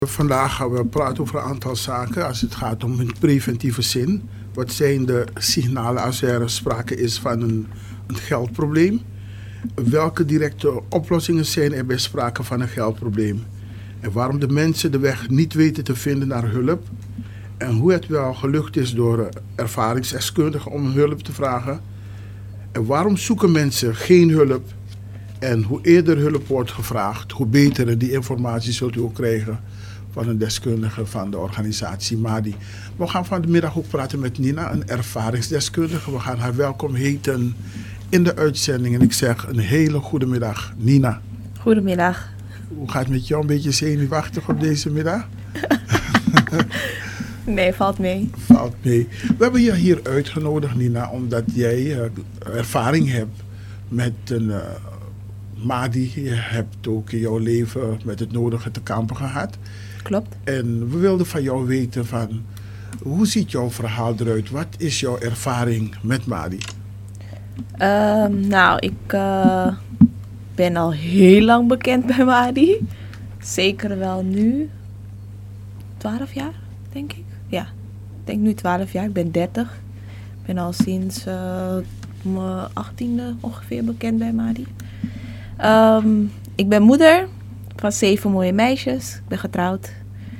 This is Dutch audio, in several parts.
Vandaag gaan we praten over een aantal zaken als het gaat om in preventieve zin. Wat zijn de signalen als er sprake is van een geldprobleem? Welke directe oplossingen zijn er bij sprake van een geldprobleem? En waarom de mensen de weg niet weten te vinden naar hulp? En hoe het wel gelukt is door ervaringsdeskundigen om hulp te vragen? En waarom zoeken mensen geen hulp? En hoe eerder hulp wordt gevraagd, hoe beter. En die informatie zult u ook krijgen van een deskundige van de organisatie MADI. We gaan vanmiddag ook praten met Nina, een ervaringsdeskundige. We gaan haar welkom heten in de uitzending. En ik zeg een hele goede middag, Nina. Goedemiddag. Hoe gaat het met jou? Een beetje zenuwachtig op deze middag? Nee, valt mee. Valt mee. We hebben je hier uitgenodigd, Nina, omdat jij ervaring hebt met een MADI. Je hebt ook in jouw leven met het nodige te kampen gehad. Klopt. En we wilden van jou weten van, hoe ziet jouw verhaal eruit? Wat is jouw ervaring met MADI? Ik ben al heel lang bekend bij MADI. Zeker wel nu 12 jaar, denk ik. Ja, ik denk nu 12 jaar. Ik ben 30. Ik ben al sinds mijn 18e ongeveer bekend bij MADI. Ik ben moeder van 7 mooie meisjes. Ik ben getrouwd.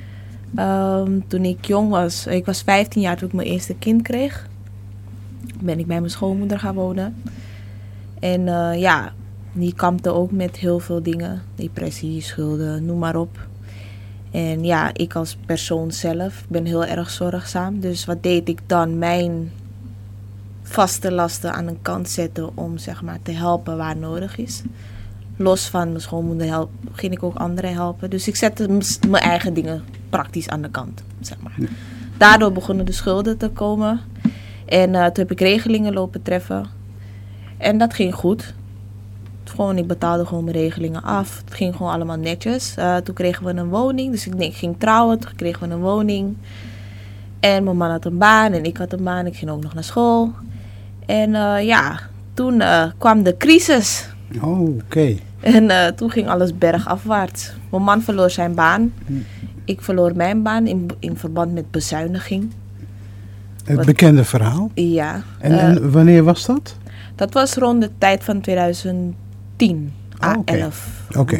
Toen ik jong was, ik was 15 jaar toen ik mijn eerste kind kreeg, ben ik bij mijn schoonmoeder gaan wonen. En die kampte ook met heel veel dingen. Depressie, schulden, noem maar op. En ja, ik als persoon zelf ben heel erg zorgzaam. Dus wat deed ik dan? Mijn vaste lasten aan een kant zetten om zeg maar te helpen waar nodig is. Los van mijn schoonmoeder ging ik ook anderen helpen. Dus ik zette mijn eigen dingen praktisch aan de kant, zeg maar. Ja. Daardoor begonnen de schulden te komen. En toen heb ik regelingen lopen treffen. En dat ging goed. Ik betaalde gewoon mijn regelingen af. Het ging gewoon allemaal netjes. Toen kregen we een woning. Dus ik ging trouwen. Toen kregen we een woning. En mijn man had een baan. En ik had een baan. Ik ging ook nog naar school. En toen kwam de crisis. Oh, oké. En toen ging alles bergafwaarts. Mijn man verloor zijn baan. Ik verloor mijn baan in verband met bezuiniging. Het bekende verhaal? Ja. En wanneer was dat? Dat was rond de tijd van 2010. Okay. 11. Oké.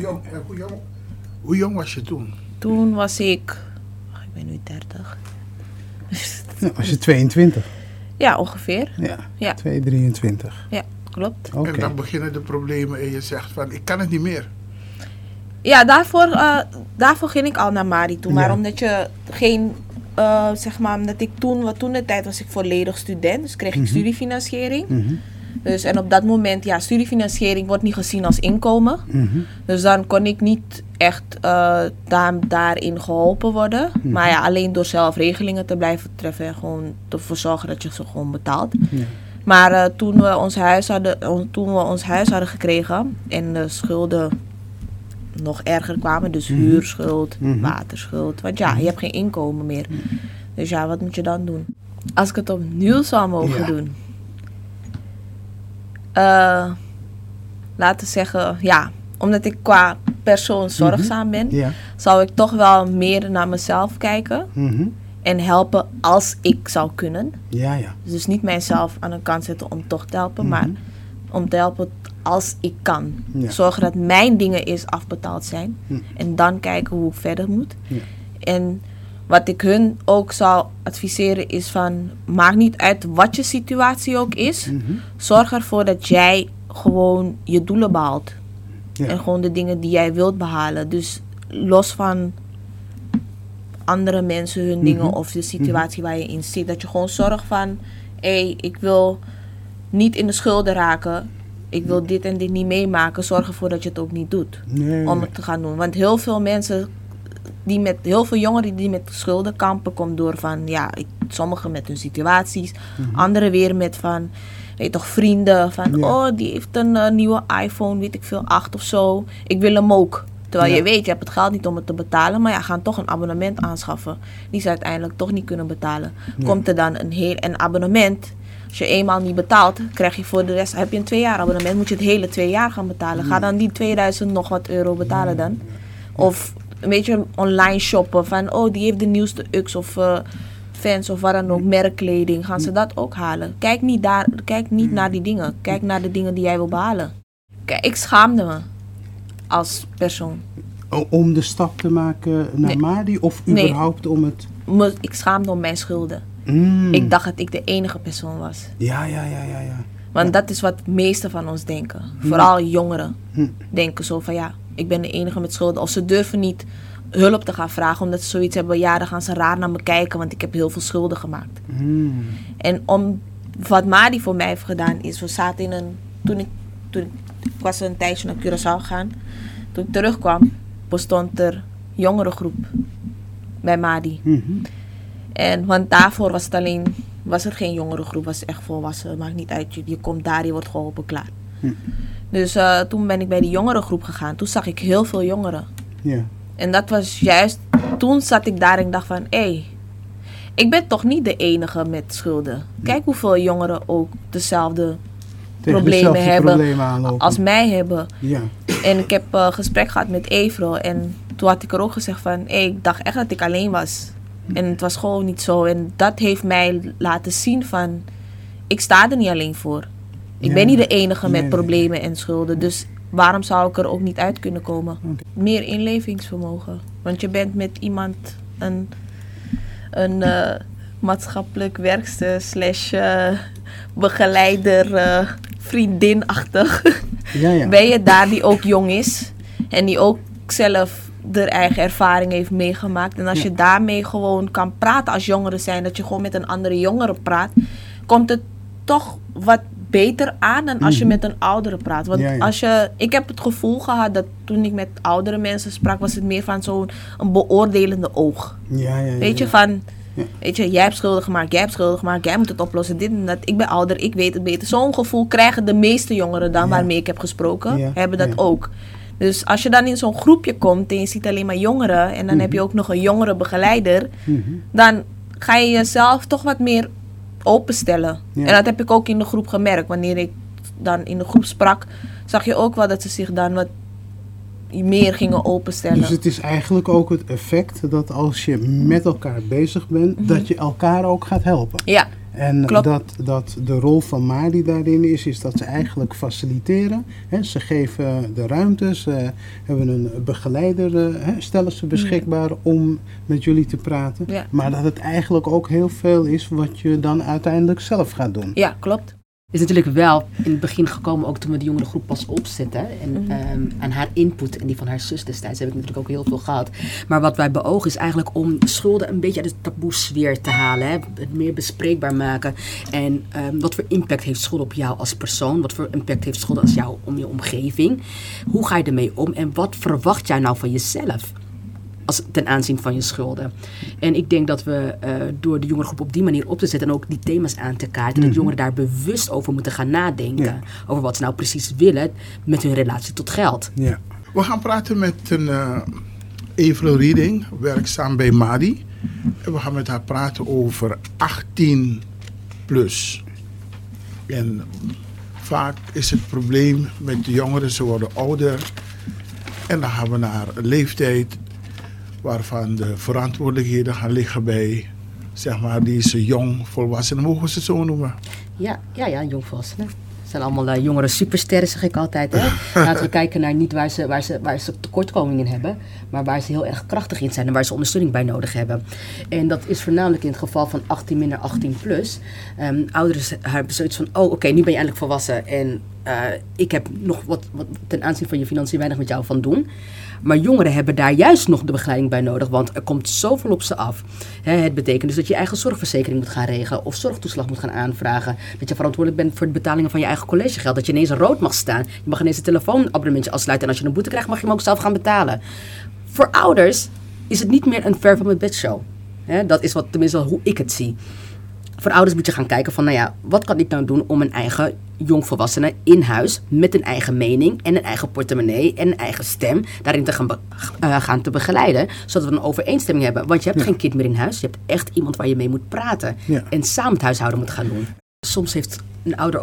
Hoe jong was je toen? Toen was ik ben nu 30. Nou, was je 22? Ja, ongeveer. Ja. 23. Ja, klopt. Okay. En dan beginnen de problemen en je zegt van, ik kan het niet meer. Ja, daarvoor ging ik al naar MADI toe. Maar omdat je geen, omdat ik toen de tijd was ik volledig student. Dus kreeg ik studiefinanciering. Dus en op dat moment, studiefinanciering wordt niet gezien als inkomen. Dus dan kon ik niet echt daarin geholpen worden. Maar alleen door zelf regelingen te blijven treffen en gewoon ervoor zorgen dat je ze gewoon betaalt. Maar toen we ons huis hadden gekregen en de schulden nog erger kwamen, dus huurschuld, waterschuld. Want je hebt geen inkomen meer. Dus wat moet je dan doen? Als ik het opnieuw zou mogen doen. Laten we zeggen, omdat ik qua persoon zorgzaam ben, zou ik toch wel meer naar mezelf kijken. En helpen als ik zou kunnen. Dus niet mijzelf aan de kant zetten om toch te helpen, maar om te helpen als ik kan. Zorgen dat mijn dingen eerst afbetaald zijn. En dan kijken hoe ik verder moet. En wat ik hun ook zou adviseren is van, maakt niet uit wat je situatie ook is. Zorg ervoor dat jij gewoon je doelen behaalt. En gewoon de dingen die jij wilt behalen. Dus los van andere mensen hun dingen of de situatie waar je in zit. Dat je gewoon zorgt van, ik wil niet in de schulden raken. Ik wil dit en dit niet meemaken. Zorg ervoor dat je het ook niet doet. Om het te gaan doen. Want heel veel mensen, heel veel jongeren die met schulden kampen, komt door van, sommigen met hun situaties. Anderen weer met van, vrienden van, die heeft een nieuwe iPhone, weet ik veel, 8 of zo. Ik wil hem ook. Terwijl je weet, je hebt het geld niet om het te betalen, maar gaan toch een abonnement aanschaffen. Die ze uiteindelijk toch niet kunnen betalen. Komt er dan een abonnement. Als je eenmaal niet betaalt, krijg je voor de rest, heb je een 2 jaar abonnement, moet je het hele 2 jaar gaan betalen. Ga dan die 2000 nog wat euro betalen dan. Of een beetje online shoppen. Van, oh, die heeft de nieuwste UX of Vans of wat dan ook, merkkleding. Gaan ze dat ook halen? Kijk niet naar die dingen. Kijk naar de dingen die jij wil behalen. Kijk, ik schaamde me als persoon. Om de stap te maken naar Madi of überhaupt om het... Ik schaamde om mijn schulden. Ik dacht dat ik de enige persoon was. Ja. Want dat is wat de meeste van ons denken. Vooral jongeren denken zo van ik ben de enige met schulden. Of ze durven niet hulp te gaan vragen omdat ze zoiets hebben. Ja, dan gaan ze raar naar me kijken, want ik heb heel veel schulden gemaakt. En wat Madi voor mij heeft gedaan is, we zaten in een... Toen ik was een tijdje naar Curaçao gegaan. Toen ik terugkwam, bestond er jongerengroep bij Madi. Want daarvoor was er geen jongerengroep, was echt volwassen. Maakt niet uit, je komt daar, je wordt geholpen, klaar. Dus toen ben ik bij die jongerengroep gegaan. Toen zag ik heel veel jongeren. En dat was juist, toen zat ik daar en dacht van, ik ben toch niet de enige met schulden. Kijk hoeveel jongeren ook dezelfde problemen hebben als mij hebben. En ik heb een gesprek gehad met Evro en toen had ik er ook gezegd van, ik dacht echt dat ik alleen was. En het was gewoon niet zo. En dat heeft mij laten zien van, ik sta er niet alleen voor. Ik ben niet de enige met problemen en schulden. Dus waarom zou ik er ook niet uit kunnen komen? Meer inlevingsvermogen. Want je bent met iemand een maatschappelijk werkster / begeleider, vriendinachtig. Ben je daar die ook jong is. En die ook zelf de eigen ervaring heeft meegemaakt. En als je daarmee gewoon kan praten als jongeren zijn, dat je gewoon met een andere jongere praat, komt het toch wat beter aan dan als je met een oudere praat. Want ik heb het gevoel gehad dat toen ik met oudere mensen sprak, was het meer van zo'n beoordelende oog. Weet je, van... Weet je, jij hebt schulden gemaakt, jij moet het oplossen, dit en dat. Ik ben ouder, ik weet het beter. Zo'n gevoel krijgen de meeste jongeren dan waarmee ik heb gesproken, hebben dat ook. Dus als je dan in zo'n groepje komt en je ziet alleen maar jongeren en dan heb je ook nog een jongere begeleider, dan ga je jezelf toch wat meer openstellen. En dat heb ik ook in de groep gemerkt. Wanneer ik dan in de groep sprak, zag je ook wel dat ze zich dan wat meer gingen openstellen. Dus het is eigenlijk ook het effect dat als je met elkaar bezig bent, dat je elkaar ook gaat helpen. Ja, en klopt. Dat de rol van Madi daarin is dat ze eigenlijk faciliteren. Ze geven de ruimte, ze hebben een begeleider, stellen ze beschikbaar om met jullie te praten. Ja. Maar dat het eigenlijk ook heel veel is wat je dan uiteindelijk zelf gaat doen. Ja, klopt. Is natuurlijk wel in het begin gekomen, ook toen we de jongerengroep pas opzetten. En aan haar input en die van haar zus destijds heb ik natuurlijk ook heel veel gehad. Maar wat wij beogen is eigenlijk om schulden een beetje uit de taboesfeer te halen. Het meer bespreekbaar maken. En wat voor impact heeft schulden op jou als persoon? Wat voor impact heeft schulden als jou om je omgeving? Hoe ga je ermee om? En wat verwacht jij nou van jezelf? Ten aanzien van je schulden. En ik denk dat we door de jongerengroep op die manier op te zetten en ook die thema's aan te kaarten, dat jongeren daar bewust over moeten gaan nadenken. Over wat ze nou precies willen met hun relatie tot geld. Ja. We gaan praten met een Evro Reading, werkzaam bij Madi. En we gaan met haar praten over 18 plus. En vaak is het probleem met de jongeren, ze worden ouder. En dan gaan we naar leeftijd waarvan de verantwoordelijkheden gaan liggen bij, zeg maar, deze jong volwassenen, mogen we ze zo noemen? Ja, jongvolwassenen. Het zijn allemaal jongere supersterren, zeg ik altijd. Hè? Laten we kijken naar niet waar ze tekortkomingen in hebben, maar waar ze heel erg krachtig in zijn en waar ze ondersteuning bij nodig hebben. En dat is voornamelijk in het geval van 18 minder 18 plus. Ouderen hebben zoiets van, oké, nu ben je eindelijk volwassen en ik heb nog wat ten aanzien van je financiën weinig met jou van doen. Maar jongeren hebben daar juist nog de begeleiding bij nodig, want er komt zoveel op ze af. Het betekent dus dat je eigen zorgverzekering moet gaan regelen of zorgtoeslag moet gaan aanvragen. Dat je verantwoordelijk bent voor de betalingen van je eigen collegegeld. Dat je ineens rood mag staan. Je mag ineens een telefoonabonnementje afsluiten en als je een boete krijgt mag je hem ook zelf gaan betalen. Voor ouders is het niet meer een ver van mijn bedshow. Dat is tenminste hoe ik het zie. Voor ouders moet je gaan kijken van, wat kan ik nou doen om een eigen jongvolwassene in huis met een eigen mening en een eigen portemonnee en een eigen stem daarin te gaan te begeleiden, zodat we een overeenstemming hebben. Want je hebt geen kind meer in huis, je hebt echt iemand waar je mee moet praten en samen het huishouden moet gaan doen. Soms heeft een ouder ook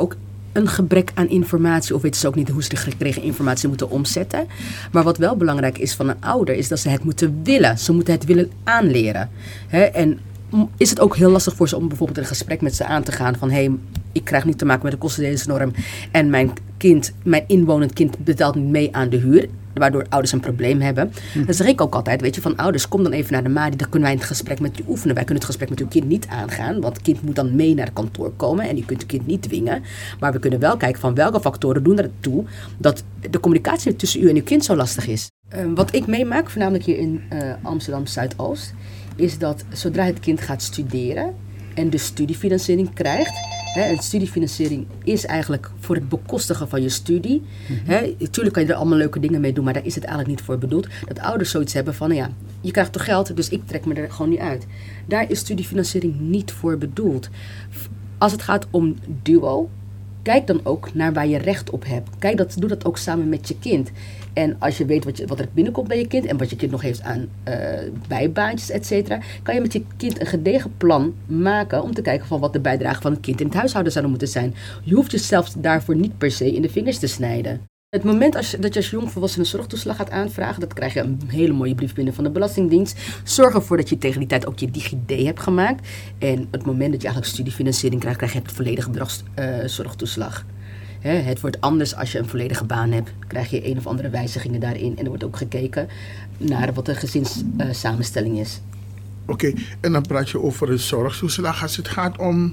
een gebrek aan informatie, of weten ze ook niet hoe ze de gekregen informatie moeten omzetten. Maar wat wel belangrijk is van een ouder, is dat ze het moeten willen. Ze moeten het willen aanleren. En is het ook heel lastig voor ze om bijvoorbeeld een gesprek met ze aan te gaan van ik krijg nu te maken met de kostendelingsnorm en mijn inwonend kind betaalt niet mee aan de huur, waardoor ouders een probleem hebben. Dan zeg ik ook altijd, weet je, van ouders, kom dan even naar de MADI, dan kunnen wij het gesprek met u oefenen. Wij kunnen het gesprek met uw kind niet aangaan, want het kind moet dan mee naar het kantoor komen en u kunt het kind niet dwingen. Maar we kunnen wel kijken van welke factoren doen ertoe dat de communicatie tussen u en uw kind zo lastig is. Wat ik meemaak, voornamelijk hier in Amsterdam Zuidoost, is dat zodra het kind gaat studeren en de studiefinanciering krijgt. En studiefinanciering is eigenlijk voor het bekostigen van je studie. Natuurlijk kan je er allemaal leuke dingen mee doen, maar daar is het eigenlijk niet voor bedoeld. Dat ouders zoiets hebben van, je krijgt toch geld, dus ik trek me er gewoon niet uit. Daar is studiefinanciering niet voor bedoeld. Als het gaat om duo, kijk dan ook naar waar je recht op hebt. Doe dat ook samen met je kind. En als je weet wat er binnenkomt bij je kind en wat je kind nog heeft aan bijbaantjes, et cetera, kan je met je kind een gedegen plan maken om te kijken van wat de bijdrage van het kind in het huishouden zou moeten zijn. Je hoeft jezelf daarvoor niet per se in de vingers te snijden. Het moment dat je als jongvolwassene een zorgtoeslag gaat aanvragen, dat krijg je een hele mooie brief binnen van de Belastingdienst. Zorg ervoor dat je tegen die tijd ook je DigiD hebt gemaakt. En het moment dat je eigenlijk studiefinanciering krijgt, krijg je het volledige bedrag zorgtoeslag. Het wordt anders als je een volledige baan hebt. Krijg je een of andere wijzigingen daarin. En er wordt ook gekeken naar wat de gezinssamenstelling is. Oké, en dan praat je over een zorgtoeslag. Als het gaat om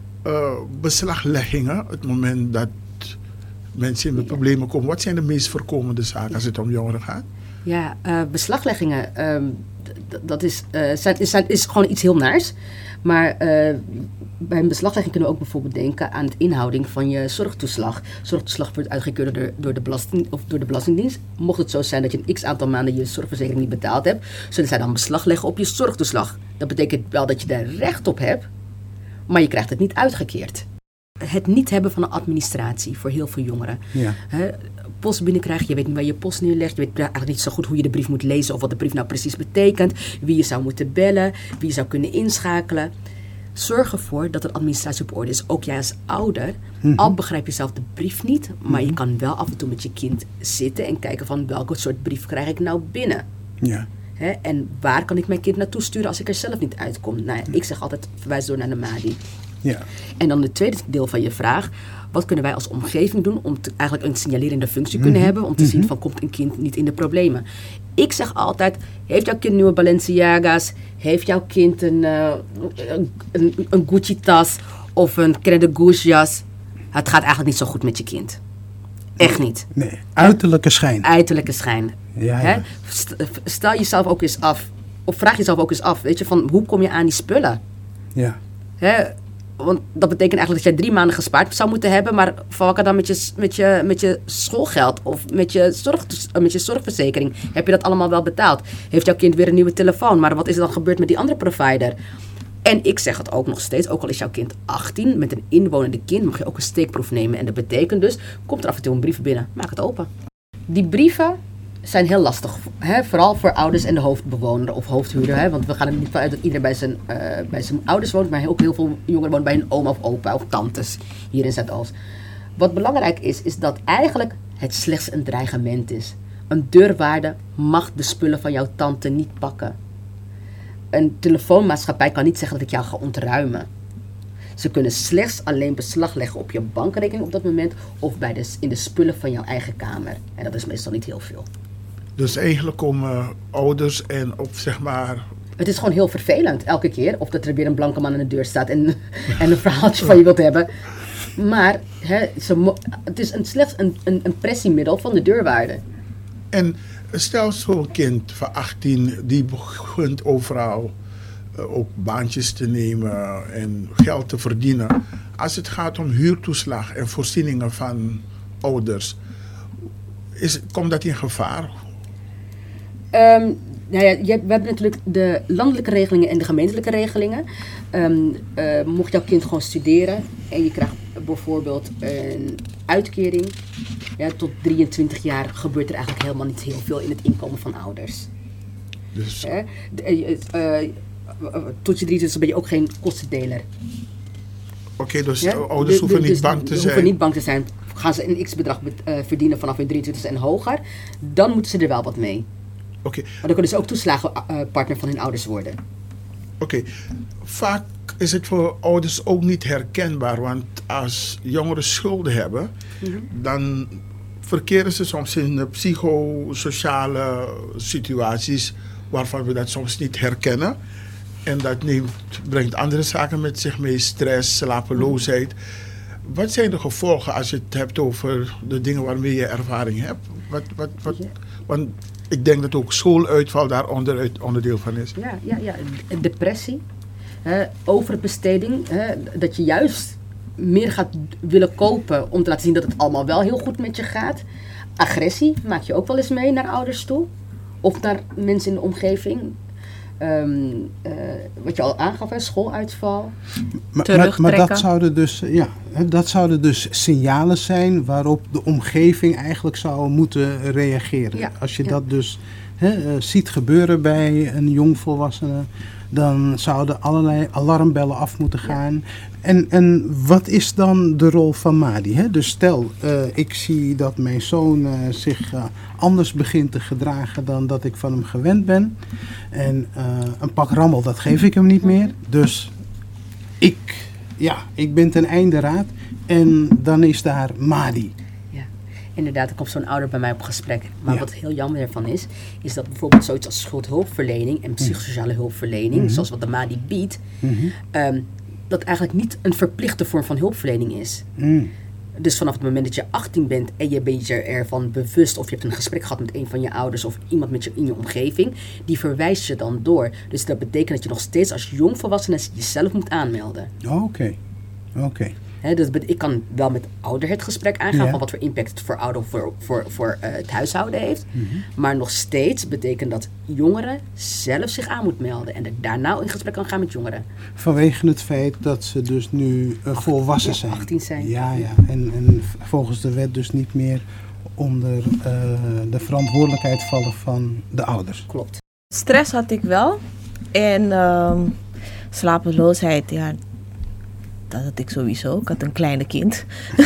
beslagleggingen, het moment dat mensen in de problemen komen. Wat zijn de meest voorkomende zaken als het om jongeren gaat? Ja, beslagleggingen, dat is gewoon iets heel naars. Maar bij een beslaglegging kunnen we ook bijvoorbeeld denken aan het inhouding van je zorgtoeslag. Zorgtoeslag wordt uitgekeurd door de Belastingdienst. Mocht het zo zijn dat je een x-aantal maanden je zorgverzekering niet betaald hebt, zullen zij dan beslag leggen op je zorgtoeslag. Dat betekent wel dat je daar recht op hebt, maar je krijgt het niet uitgekeerd. Het niet hebben van een administratie voor heel veel jongeren. Ja. Post binnenkrijgen, je weet niet waar je post neerlegt. Je weet eigenlijk niet zo goed hoe je de brief moet lezen of wat de brief nou precies betekent. Wie je zou moeten bellen, wie je zou kunnen inschakelen. Zorg ervoor dat de administratie op orde is. Ook jij als ouder, al begrijp je zelf de brief niet, maar je kan wel af en toe met je kind zitten en kijken van welke soort brief krijg ik nou binnen. Ja. En waar kan ik mijn kind naartoe sturen als ik er zelf niet uitkom? Nou ja, ik zeg altijd, verwijs door naar de MADI. Ja. En dan het tweede deel van je vraag. Wat kunnen wij als omgeving doen om eigenlijk een signalerende functie kunnen hebben, om te zien van komt een kind niet in de problemen. Ik zeg altijd, heeft jouw kind nieuwe Balenciaga's? Heeft jouw kind een Gucci tas of een Credit Goose jas? Het gaat eigenlijk niet zo goed met je kind. Echt niet. Nee, uiterlijke schijn. Uiterlijke schijn. Ja. Stel jezelf ook eens af, of vraag jezelf ook eens af, weet je, van hoe kom je aan die spullen? Ja. Want dat betekent eigenlijk dat jij 3 maanden gespaard zou moeten hebben, maar van wat dan met je schoolgeld of met je zorgverzekering? Heb je dat allemaal wel betaald? Heeft jouw kind weer een nieuwe telefoon, maar wat is er dan gebeurd met die andere provider? En ik zeg het ook nog steeds, ook al is jouw kind 18, met een inwonende kind mag je ook een steekproef nemen. En dat betekent dus, komt er af en toe een brief binnen, maak het open. Die brieven zijn heel lastig, vooral voor ouders en de hoofdbewoner of hoofdhuurder. Want we gaan er niet vanuit dat iedereen bij zijn ouders woont, maar ook heel veel jongeren wonen bij een oma of opa of tantes hier in Zuidoost. Wat belangrijk is dat eigenlijk het slechts een dreigement is. Een deurwaarder mag de spullen van jouw tante niet pakken. Een telefoonmaatschappij kan niet zeggen dat ik jou ga ontruimen. Ze kunnen slechts alleen beslag leggen op je bankrekening op dat moment of in de spullen van jouw eigen kamer. En dat is meestal niet heel veel. Dus eigenlijk komen ouders en op zeg maar... Het is gewoon heel vervelend elke keer of dat er weer een blanke man aan de deur staat en een verhaaltje van je wilt hebben. Maar het is slechts een pressiemiddel van de deurwaarder. En stel zo'n kind van 18 die begint overal ook baantjes te nemen en geld te verdienen. Als het gaat om huurtoeslag en voorzieningen van ouders, komt dat in gevaar? We hebben natuurlijk de landelijke regelingen en de gemeentelijke regelingen. Mocht jouw kind gewoon studeren en je krijgt bijvoorbeeld een uitkering, tot 23 jaar gebeurt er eigenlijk helemaal niet heel veel in het inkomen van ouders. Dus... tot je 23 ben je ook geen kostendeler. Oké, dus Ja, ouders hoeven niet bang te zijn. hoeven niet bang te zijn. Gaan ze een x-bedrag verdienen vanaf hun 23 en hoger, dan moeten ze er wel wat mee. Oké. Maar dan kunnen ze ook toeslagenpartner van hun ouders worden. Oké. Vaak is het voor ouders ook niet herkenbaar, want als jongeren schulden hebben, dan verkeren ze soms in psychosociale situaties waarvan we dat soms niet herkennen. En dat brengt andere zaken met zich mee, stress, slapeloosheid. Wat zijn de gevolgen als je het hebt over de dingen waarmee je ervaring hebt? Want ik denk dat ook schooluitval daar onderdeel van is. Ja. Depressie, overbesteding, dat je juist meer gaat willen kopen om te laten zien dat het allemaal wel heel goed met je gaat. Agressie maak je ook wel eens mee naar ouders toe of naar mensen in de omgeving. Wat je al aangaf, schooluitval. Maar dat zouden dus signalen zijn waarop de omgeving eigenlijk zou moeten reageren. Ja, Als je dat dus ziet gebeuren bij een jongvolwassene, dan zouden allerlei alarmbellen af moeten gaan. En wat is dan de rol van Madi? Dus stel, ik zie dat mijn zoon zich anders begint te gedragen dan dat ik van hem gewend ben. En een pak rammel, dat geef ik hem niet meer. Dus ik ben ten einde raad. En dan is daar Madi. Inderdaad, er komt zo'n ouder bij mij op gesprek. Maar wat heel jammer ervan is dat bijvoorbeeld zoiets als schuldhulpverlening en psychosociale hulpverlening, zoals wat de MADI biedt, dat eigenlijk niet een verplichte vorm van hulpverlening is. Dus vanaf het moment dat je 18 bent en je bent je ervan bewust, of je hebt een gesprek gehad met een van je ouders of iemand met je in je omgeving, die verwijst je dan door. Dus dat betekent dat je nog steeds als jongvolwassene jezelf moet aanmelden. Oké. Dus ik kan wel met ouder het gesprek aangaan van wat voor impact het voor ouder voor het huishouden heeft. Maar nog steeds betekent dat jongeren zelf zich aan moet melden en er daarna in gesprek kan gaan met jongeren. Vanwege het feit dat ze dus nu volwassen zijn. 18 zijn. Ja. En volgens de wet dus niet meer onder de verantwoordelijkheid vallen van de ouders. Klopt. Stress had ik wel. En slapeloosheid, dat had ik sowieso. Ik had een kleine kind.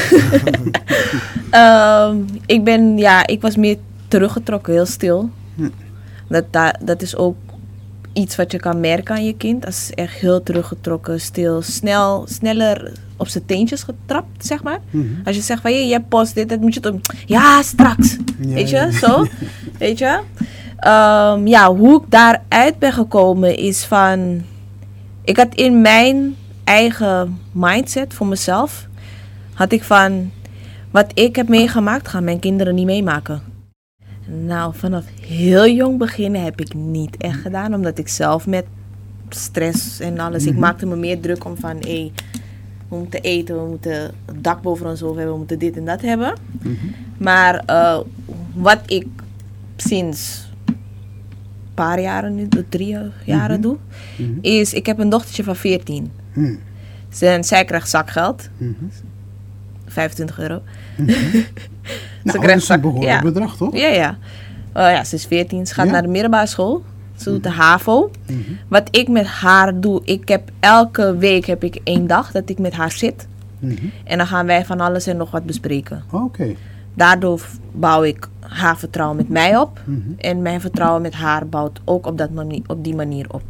Ik was meer teruggetrokken, heel stil. Dat is ook iets wat je kan merken aan je kind. Als ze echt heel teruggetrokken, stil, sneller op zijn teentjes getrapt, zeg maar. Als je zegt van, je hebt post dit, dat moet je doen. Ja, straks. Weet je, zo. Weet je. Hoe ik daaruit ben gekomen is van, ik had in mijn eigen mindset voor mezelf, had ik van, wat ik heb meegemaakt, gaan mijn kinderen niet meemaken. Nou, vanaf heel jong beginnen heb ik niet echt gedaan, omdat ik zelf met stress en alles, ik maakte me meer druk om van, we moeten eten, we moeten een dak boven ons hoofd hebben, we moeten dit en dat hebben. Maar wat ik sinds een paar jaren nu, 3 jaren doe, is, ik heb een dochtertje van 14. Zij krijgt zakgeld. 25 euro. Ze krijgt een behoorlijk bedrag, toch? Ja. Ze is 14. Ze gaat naar de middelbare school. Ze doet de HAVO. Wat ik met haar doe, elke week heb ik 1 dag dat ik met haar zit. En dan gaan wij van alles en nog wat bespreken. Oké. Daardoor bouw ik haar vertrouwen met mij op. En mijn vertrouwen met haar bouwt ook op die manier op.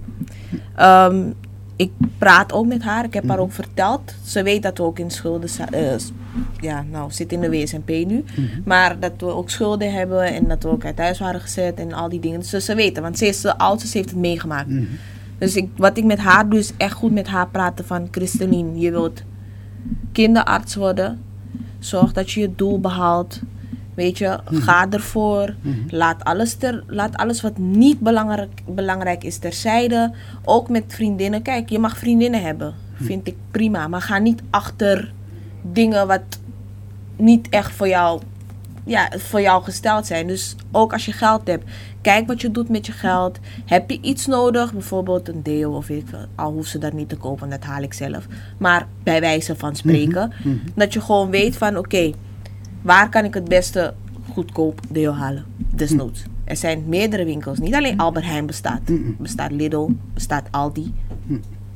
Ik praat ook met haar. Ik heb haar ook verteld. Ze weet dat we ook in schulden zit in de WSNP nu. Maar dat we ook schulden hebben en dat we ook uit huis waren gezet en al die dingen. Dus ze weten, want ze is de oudste, ze heeft het meegemaakt. Dus wat ik met haar doe is echt goed met haar praten van, Christeline, je wilt kinderarts worden. Zorg dat je je doel behaalt. Weet je, ga ervoor. Laat alles wat niet belangrijk is terzijde. Ook met vriendinnen. Kijk, je mag vriendinnen hebben. Vind ik prima. Maar ga niet achter dingen wat niet echt voor jou gesteld zijn. Dus ook als je geld hebt. Kijk wat je doet met je geld. Heb je iets nodig? Bijvoorbeeld een deo of weet ik veel. Al hoeft ze dat niet te kopen. Dat haal ik zelf. Maar bij wijze van spreken. Dat je gewoon weet van oké, waar kan ik het beste goedkoop deo halen? Desnoods. Er zijn meerdere winkels. Niet alleen Albert Heijn bestaat. Bestaat Lidl, bestaat Aldi.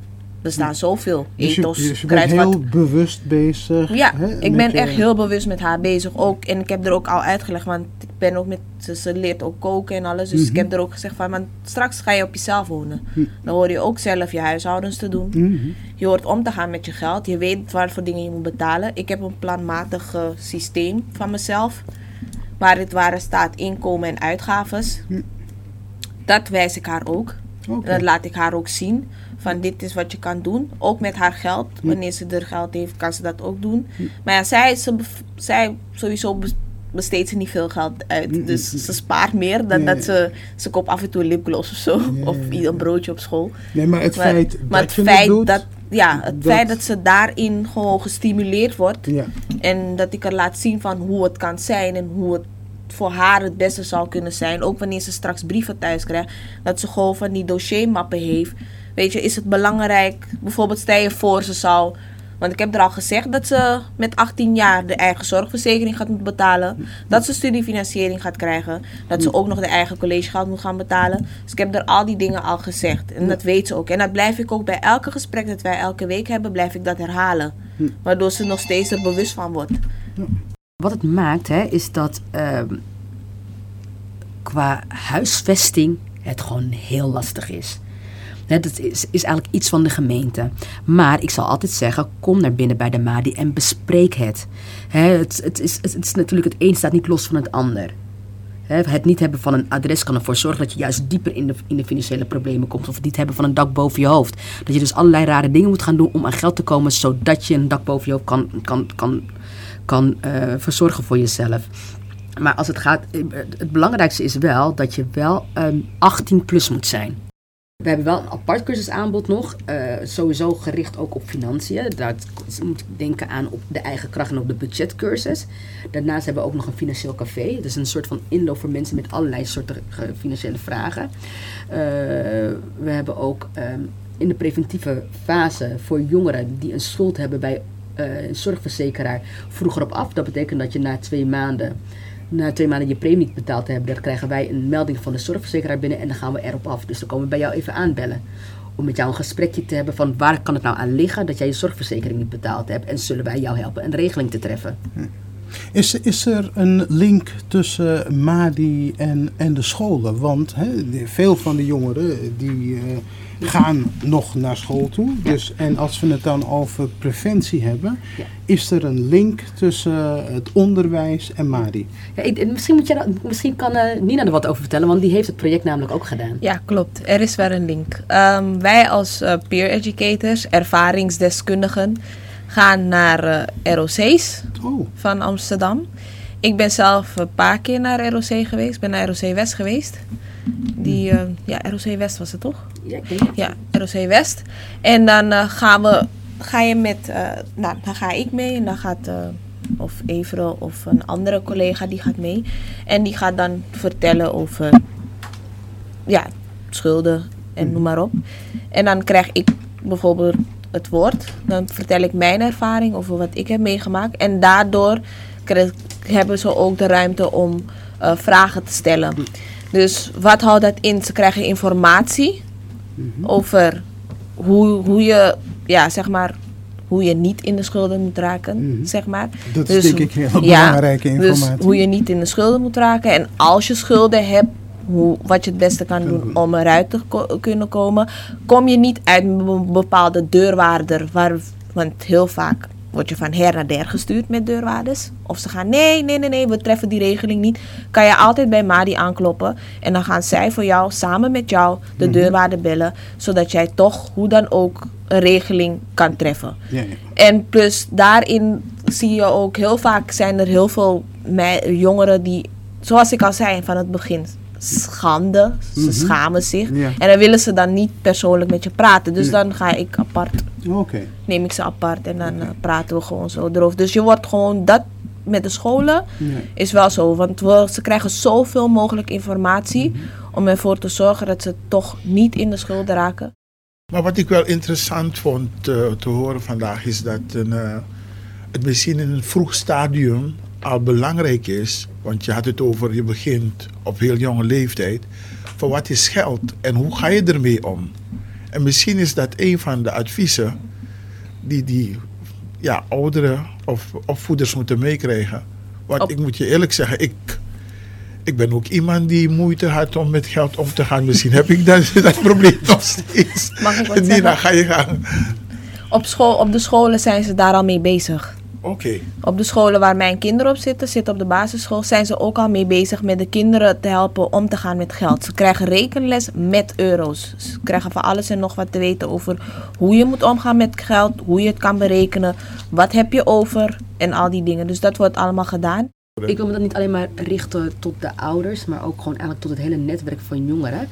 Er staan zoveel Dus ethos, je bent kruidvat. heel bewust bezig. Ja, hè, ik met ben je- echt heel bewust met haar bezig ook. En ik heb er ook al uitgelegd, want ik ben ook met ze leert ook koken en alles. Dus ik heb er ook gezegd van, want straks ga je op jezelf wonen. Dan hoor je ook zelf je huishoudens te doen. Je hoort om te gaan met je geld. Je weet wat voor dingen je moet betalen. Ik heb een planmatig systeem van mezelf. Waar er staat inkomen en uitgaves. Dat wijs ik haar ook. Oké. En dat laat ik haar ook zien. Van dit is wat je kan doen. Ook met haar geld. Wanneer ze er geld heeft, kan ze dat ook doen. Maar ja, zij sowieso besteedt ze niet veel geld uit. Dus ze spaart meer dan Ja, dat ja. ze koopt af en toe een lipgloss of zo. Ja, Of ja, ja. een broodje op school. Nee, maar het Maar- feit maar dat het je feit het doet... dat, ja, het dat- feit dat ze daarin gewoon gestimuleerd wordt. Ja. En dat ik haar laat zien van hoe het kan zijn en hoe het voor haar het beste zou kunnen zijn. Ook wanneer ze straks brieven thuis krijgt. Dat ze gewoon van die dossiermappen heeft. Weet je, is het belangrijk. Bijvoorbeeld stel je voor ze zou... Want ik heb er al gezegd dat ze met 18 jaar de eigen zorgverzekering gaat moeten betalen. Dat ze studiefinanciering gaat krijgen. Dat ze ook nog de eigen collegegeld moet gaan betalen. Dus ik heb er al die dingen al gezegd. En dat weet ze ook. En dat blijf ik ook bij elke gesprek dat wij elke week hebben, blijf ik dat herhalen. Waardoor ze nog steeds er bewust van wordt. Wat het maakt, hè, is dat qua huisvesting het gewoon heel lastig is. Hè, dat is eigenlijk iets van de gemeente. Maar ik zal altijd zeggen, kom naar binnen bij de MADI en bespreek het. Hè, het is natuurlijk, het een staat niet los van het ander. Hè, het niet hebben van een adres kan ervoor zorgen dat je juist dieper in de financiële problemen komt. Of het niet hebben van een dak boven je hoofd. Dat je dus allerlei rare dingen moet gaan doen om aan geld te komen, zodat je een dak boven je hoofd kan verzorgen voor jezelf. Maar als het gaat, het belangrijkste is wel dat je wel 18 plus moet zijn. We hebben wel een apart cursusaanbod nog, sowieso gericht ook op financiën. Daar moet ik denken aan op de eigen kracht en op de budgetcursus. Daarnaast hebben we ook nog een financieel café. Dat is een soort van inloop voor mensen met allerlei soorten financiële vragen. We hebben ook in de preventieve fase voor jongeren die een schuld hebben bij een zorgverzekeraar vroeger op af. Dat betekent dat je na 2 maanden je premie niet betaald hebben, dan krijgen wij een melding van de zorgverzekeraar binnen en dan gaan we erop af. Dus dan komen we bij jou even aanbellen. Om met jou een gesprekje te hebben van waar kan het nou aan liggen dat jij je zorgverzekering niet betaald hebt. En zullen wij jou helpen een regeling te treffen. Is er een link tussen MADI en de scholen? Want veel van de jongeren die gaan nog naar school toe. Dus, en als we het dan over preventie hebben, is er een link tussen het onderwijs en MADI? Ja, misschien kan Nina er wat over vertellen, want die heeft het project namelijk ook gedaan. Ja, klopt. Er is wel een link. Wij als peer educators, ervaringsdeskundigen, gaan naar ROC's van Amsterdam. Ik ben zelf een paar keer naar ROC geweest. Ik ben naar ROC West geweest. ROC West was het toch? Ja, ik denk het. Ja, ROC West. En dan dan ga ik mee en dan gaat of Evero of een andere collega die gaat mee. En die gaat dan vertellen over schulden en noem maar op. En dan krijg ik bijvoorbeeld het woord. Dan vertel ik mijn ervaring over wat ik heb meegemaakt. En daardoor hebben ze ook de ruimte om vragen te stellen. Dus wat houdt dat in? Ze krijgen informatie over hoe je niet in de schulden moet raken, zeg maar. Dat is denk ik heel belangrijke informatie. Dus hoe je niet in de schulden moet raken. En als je schulden hebt, wat je het beste kan doen om eruit te kunnen komen. Kom je niet uit een bepaalde deurwaarder, want heel vaak word je van her naar der gestuurd met deurwaarders. Of ze gaan, nee, we treffen die regeling niet. Kan je altijd bij MADI aankloppen. En dan gaan zij voor jou, samen met jou, de deurwaarder bellen. Zodat jij toch, hoe dan ook, een regeling kan treffen. Ja. En plus, daarin zie je ook, heel vaak zijn er heel veel jongeren die, zoals ik al zei van het begin, schande. Ze schamen zich. Ja. En dan willen ze dan niet persoonlijk met je praten. Dus dan ga ik apart. Oké. Neem ik ze apart en dan praten we gewoon zo erover. Dus je wordt gewoon dat met de scholen is wel zo. Want ze krijgen zoveel mogelijk informatie om ervoor te zorgen dat ze toch niet in de schulden raken. Maar wat ik wel interessant vond te horen vandaag is dat het misschien in een vroeg stadium al belangrijk is. Want je had het over, je begint op heel jonge leeftijd. Van wat is geld en hoe ga je ermee om? En misschien is dat een van de adviezen die ouderen of opvoeders moeten meekrijgen. Want ik moet je eerlijk zeggen, ik ben ook iemand die moeite had om met geld om te gaan. Misschien heb ik dat probleem nog steeds. Mag ik wat Nina, zeggen? ga je gaan. Op de scholen zijn ze daar al mee bezig. Oké. Op de scholen waar mijn kinderen op zitten op de basisschool, zijn ze ook al mee bezig met de kinderen te helpen om te gaan met geld. Ze krijgen rekenles met euro's. Ze krijgen van alles en nog wat te weten over hoe je moet omgaan met geld, hoe je het kan berekenen, wat heb je over en al die dingen. Dus dat wordt allemaal gedaan. Ik wil me dan niet alleen maar richten tot de ouders, maar ook gewoon eigenlijk tot het hele netwerk van jongeren.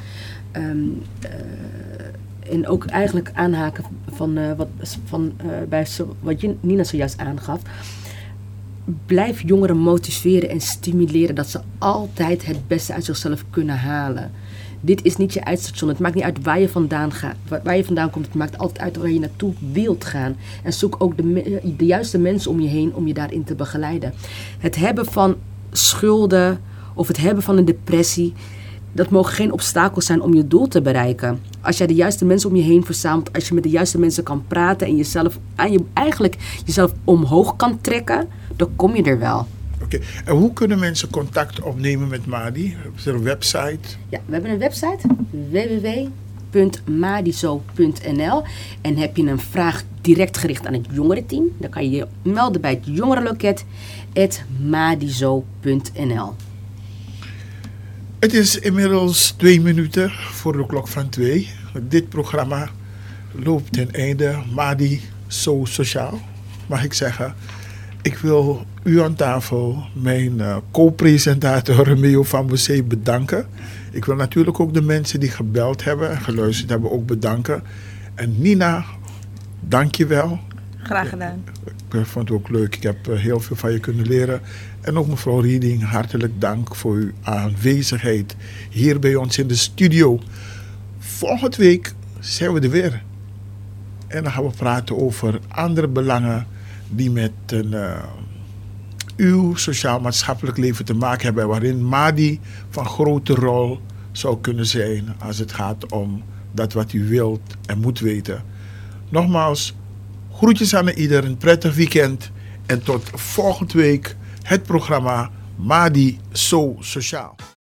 En ook eigenlijk aanhaken bij wat Nina zojuist aangaf. Blijf jongeren motiveren en stimuleren dat ze altijd het beste uit zichzelf kunnen halen. Dit is niet je uitstation. Het maakt niet uit waar je vandaan gaat, waar je vandaan komt. Het maakt altijd uit waar je naartoe wilt gaan. En zoek ook de juiste mensen om je heen om je daarin te begeleiden. Het hebben van schulden of het hebben van een depressie, dat mogen geen obstakels zijn om je doel te bereiken. Als jij de juiste mensen om je heen verzamelt, als je met de juiste mensen kan praten en jezelf omhoog kan trekken, dan kom je er wel. Oké. En hoe kunnen mensen contact opnemen met Madi? Is er een website? Ja, we hebben een website, www.madizo.nl. En heb je een vraag direct gericht aan het jongerenteam, dan kan je je melden bij het jongerenloket @madizo.nl. Het is inmiddels 2 minuten voor de klok van 2. Dit programma loopt ten einde. Madi, zo sociaal, mag ik zeggen. Ik wil u aan tafel, mijn co-presentator Romeo van Bossé, bedanken. Ik wil natuurlijk ook de mensen die gebeld hebben en geluisterd hebben ook bedanken. En Nina, dank je wel. Graag gedaan. Ik vond het ook leuk. Ik heb heel veel van je kunnen leren. En ook mevrouw Rieding, hartelijk dank voor uw aanwezigheid hier bij ons in de studio. Volgende week zijn we er weer. En dan gaan we praten over andere belangen die met uw sociaal-maatschappelijk leven te maken hebben. Waarin Madi van grote rol zou kunnen zijn als het gaat om dat wat u wilt en moet weten. Nogmaals, groetjes aan ieder, een prettig weekend. En tot volgende week het programma Madi Zo Sociaal.